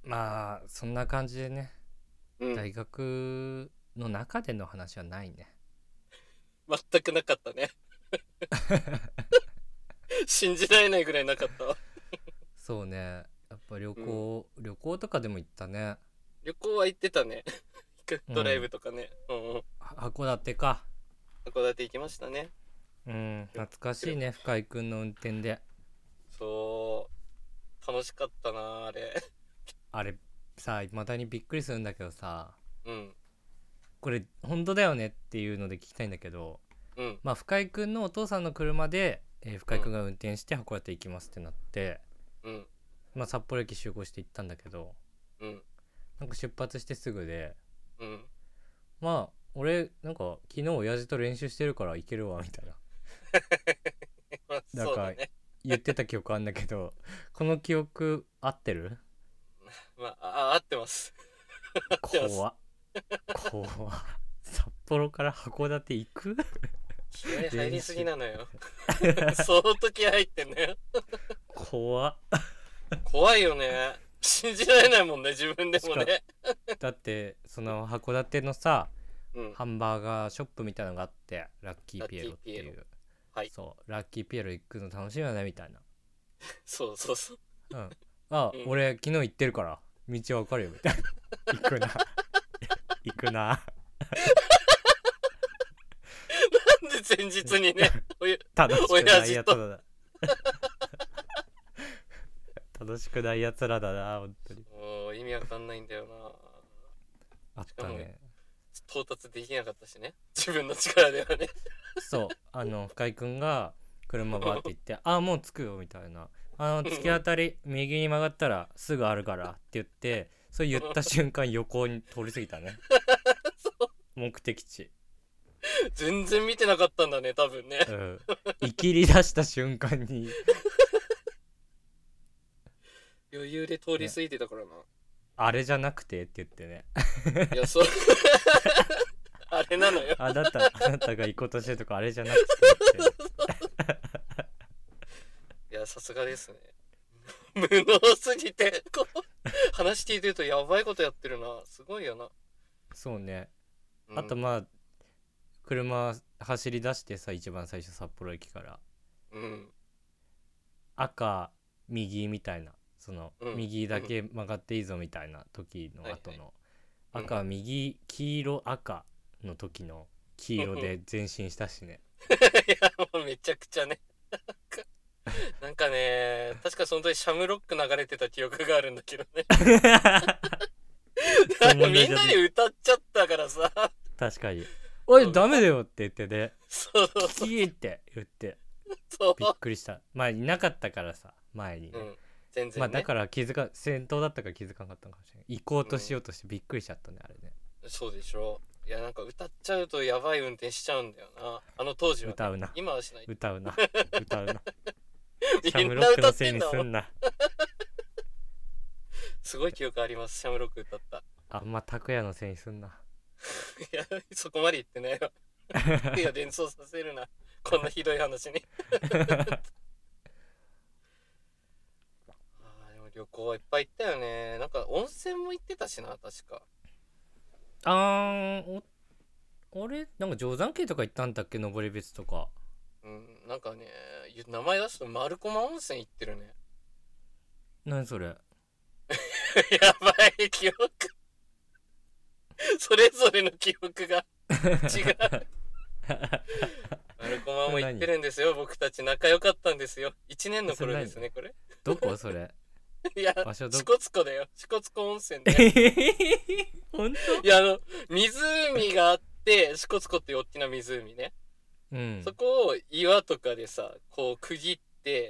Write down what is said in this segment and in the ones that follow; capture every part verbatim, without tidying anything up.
まあそんな感じでね、 うん。 大学の中での話はないね。 全くなかったね。信じられないぐらいなかったわ。 そうね、やっぱ旅うん。 行旅行とかでも行ったね。 旅行は行ってたね。ドライうん。 ブとかね。うんうん。 は函館か。 函館行きましたね。 うん、 よ懐かしいくね、深井くんの運転で。 そう、楽しかったな、あれ。 あれさ、未だにびっくりするんだけどさ、 うん。 これ本当だよねっていうので聞きたいんだけど、 うん。 まあ深井くんのお父さんの車で、えー深うん。 井くんが運転して函館行きますってなって、 うん。 まあ、札幌駅集合して行ったんだけど、 うん。 なんか出発してすぐで、 うん。 まあ俺なんか昨日親父と練習してるから行けるわみたいな、 まあ、 なんかそうだね。 言ってた記憶あんだけど、この記憶合ってる？ まあ、あ、合ってます。合ってます。 怖っ。怖っ。札幌から函館行く？ 気合入りすぎ練習。 なのよ。相当気合入ってんのよ。 怖っ。 怖いよね。信じられないもんね、自分でしかもね。 だってその函館のさ、 うん。 ハンバーガーショップみたいなのがあって、ラッキーラッピエロっキーピエロ。 ていう、 はい。 そうラッキーピエロ行くの楽しみだねみたいな。 そうそうそう。 うん。あ、 うん。 俺昨日行ってるから道わかるよみたいな。行くな。行くな。 なんで前日にね、おや、 楽しくない親父と。 やつらだ。楽しくないやつらだな、本当に。 もう意味わかんないんだよな。 あっしかも、 たね。 到達できなかったしね。自分の力ではね。 そう、あの、深井くんが車バーって行って、あ、もう着くよみたいな。あの、突き当たり、右に曲がったらすぐあるからって言って、そう言った瞬間横に通り過ぎたね。目的地。 全然見てなかったんだね、多分ね。 うん。いきり出した瞬間に、 余裕で通りね、 過ぎてたからな。 あれじゃなくてって言ってね。 いや、そう。あれなのよ。 あなた、あなたが行こうとしてるとこあれじゃなくてって。 いや、さすがですね。無能すぎて、こう、話聞いてるとやばいことやってるな。すごいよな。 そうね。 うん。 あとまあ、車走り出してさ、一番最初札幌駅から。 うん。 赤、右みたいな、その、 うん。 右うん。 だけ曲がっていいぞみたいな時のはいはい。 後の、 うん。 赤、右、黄色、赤の時の黄色いで前進したしね。 や、もうめちゃくちゃね。なんかね、確かその時シャムロック流れてた記憶があるんだけどね。 そういう問題みんなじゃね。 で歌っちゃったからさ。 確かに。おい、 そう、歌っ、 ダメだよって言ってね、 そうそうそうキーって言って、 そう。 びっくりした。まあ、いなかったからさ、前にね。 うん。全まあ、 然ね。 だから気づか、先頭だったから気づかなかったのかもしれない。行こうとしうん。 ようとしてびっくりしちゃったね、あれね。 そうでしょ。いや、なんか歌っちゃうとやばい運転しちゃうんだよな。あの当時はね。 歌うな。 今はしない。 歌うな。歌うな。シャみんムロックのせいな歌ってんだもん。 にすんな。 すごい記憶あります。シャムロック歌った。 あんま拓也のせいにすんな。 いや、そこまで言ってないわ。いや、連想させるな。こんなひどい話に。あーでも旅行はいっぱい行ったよね。なんか温泉も行ってたしな、確か。 あー、お、あれなんか定山渓とか行ったんだっけ、登別とか。 うん、なんかね、名前出すと丸駒温泉行ってるね。 何それ？ やばい記憶。それぞれの記憶が違う。丸駒も行ってそれ何？ るんですよ。僕たち仲良かったんですよ。いちねんのそれ何？ 頃ですね、これ。 どこそれ？ いや、 場所どこ？ 支笏湖だよ。支笏湖温泉えだよ。 へへへ。本当？ いや、あの、湖があって、支笏湖っていう大きな湖ね。 うん。 そこを岩とかでさ、こう区切って、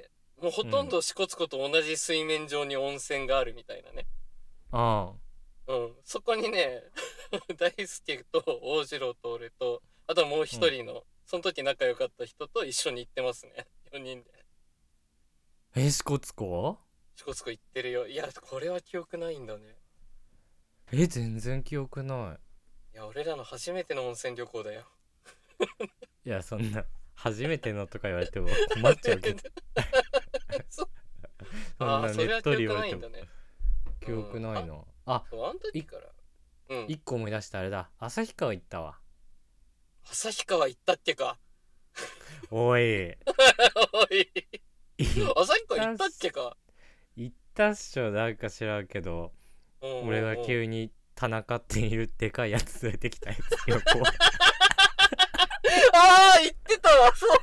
もうほとんうん。 ど支笏湖と同じ水面上に温泉があるみたいなね。 あうん。そこにね、大輔と大次郎と俺と、あともうあ。うん。 一人の、その時仲良かった人と一緒に行ってますね。よにんで。 え、支笏湖？ 支笏湖行ってるよ。いや、これは記憶ないんだね。 え、全然記憶ない。 いや、俺らの初めての温泉旅行だよ。 いや、そんな、初めてのとか言われても困っちゃうけど。 そそんああ、 なねっとそれは記憶り言われても。 ないんだね。 記憶ないな、あそうあの時からうん一個思い出した、あれだ、旭川行ったわ。 旭川行ったっけかおいおい行っ旭川行ったたっけか行ったっしょ、なんか知らんけど、 うんうんうん俺が急に田中っていうでかいやつ連れてきたやつよこうああ言ってたわそう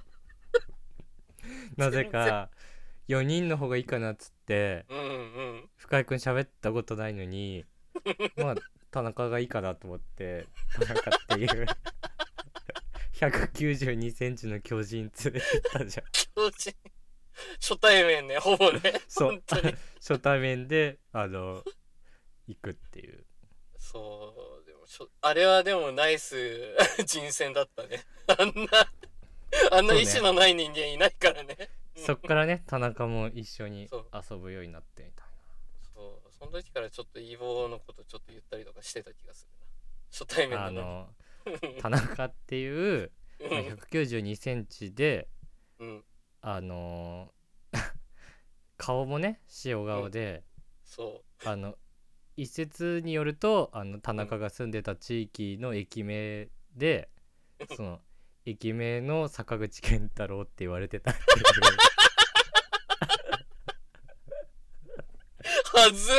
なぜかよにんの方がいいかなっつってうんうん深井くん喋ったことないのにまあ田中がいいかなと思って田中っていうひゃくきゅうじゅうにセンチの巨人連れてったじゃん。 巨人初対面ねほぼねそう本当に初対面であの行くっていうそうでもしょあれはでもナイス人選だったねあんなあんな意志のない人間いないからねそっからね田中も一緒にそう遊ぶようになってみたいそうその時からちょっとイボのことちょっと言ったりとかしてた気がするな初対面な。あなのの田中っていうにまあひゃくきゅうじゅうにセンチでうんあのー顔もね塩顔で、 そあの一説によるとあの田中が住んでた地域の駅名で、その駅名の坂口健太郎って言われてたっていううはず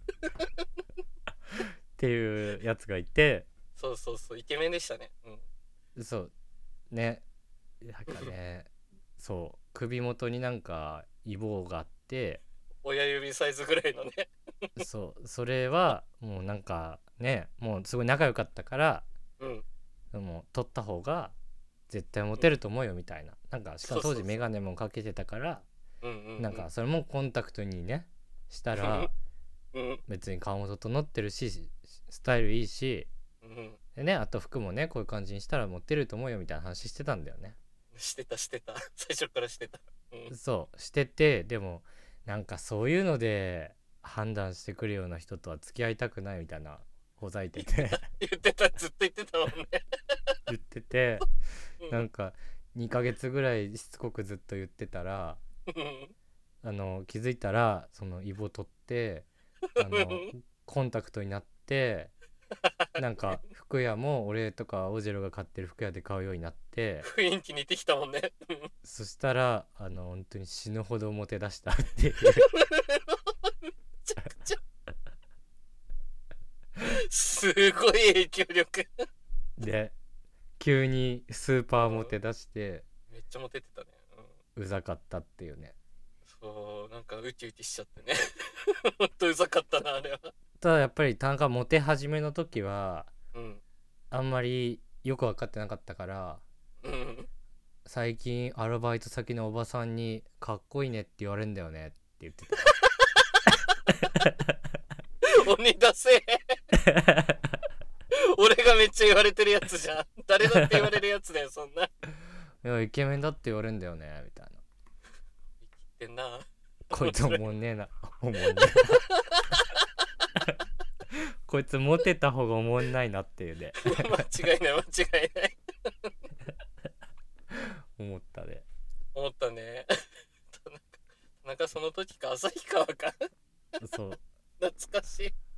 っていうやつがいて、 そうそうそうイケメンでしたねうんそうね、なんかねそう首元になんかイボがあって、 親指サイズぐらいのねそうそれはもうなんかねもうすごい仲良かったからうんもう取った方が絶対モテると思うよみたいな、なんかしかも当そうそうそう時メガネもかけてたからうんうんうんなんかそれもコンタクトにねしたらうん別に顔も整ってるしスタイルいいしうんでね、あと服もねこういう感じにしたらモテると思うよみたいな話してたんだよね。 してたしてた最初からしてたうんそうしてて、でもなんかそういうので判断してくるような人とは付き合いたくないみたいなほざいてて言ってたずっと言ってたもんね言っててうんなんかにかげつぐらいしつこくずっと言ってたらうんあの気づいたらそのイボ取ってあのコンタクトになってなんか服屋も俺とかオジェロが買ってる服屋で買うようになって、 雰囲気似てきたもんねうんそしたらあの本当に死ぬほどモテ出したっていうめちゃくちゃすごい影響力で急にスーパーモテ出してめっちゃモテてたね、うん、 うざかったっていうね。 そうなんかウキウキしちゃってねほんとうざかったなあれはただやっぱり田中モテ始めの時はうんあんまりよく分かってなかったから、 うん最近アルバイト先のおばさんにかっこいいねって言われるんだよねって言ってた鬼出せ俺がめっちゃ言われてるやつじゃん誰だって言われるやつだよそんないやイケメンだって言われるんだよねみたいな。 言ってんなこいつおもんねえなおもんねえなこいつモテた方がおもんないなっていうね間違いない間違いない思ったで。 思ったねなんかなんかその時か旭川かそう懐かしい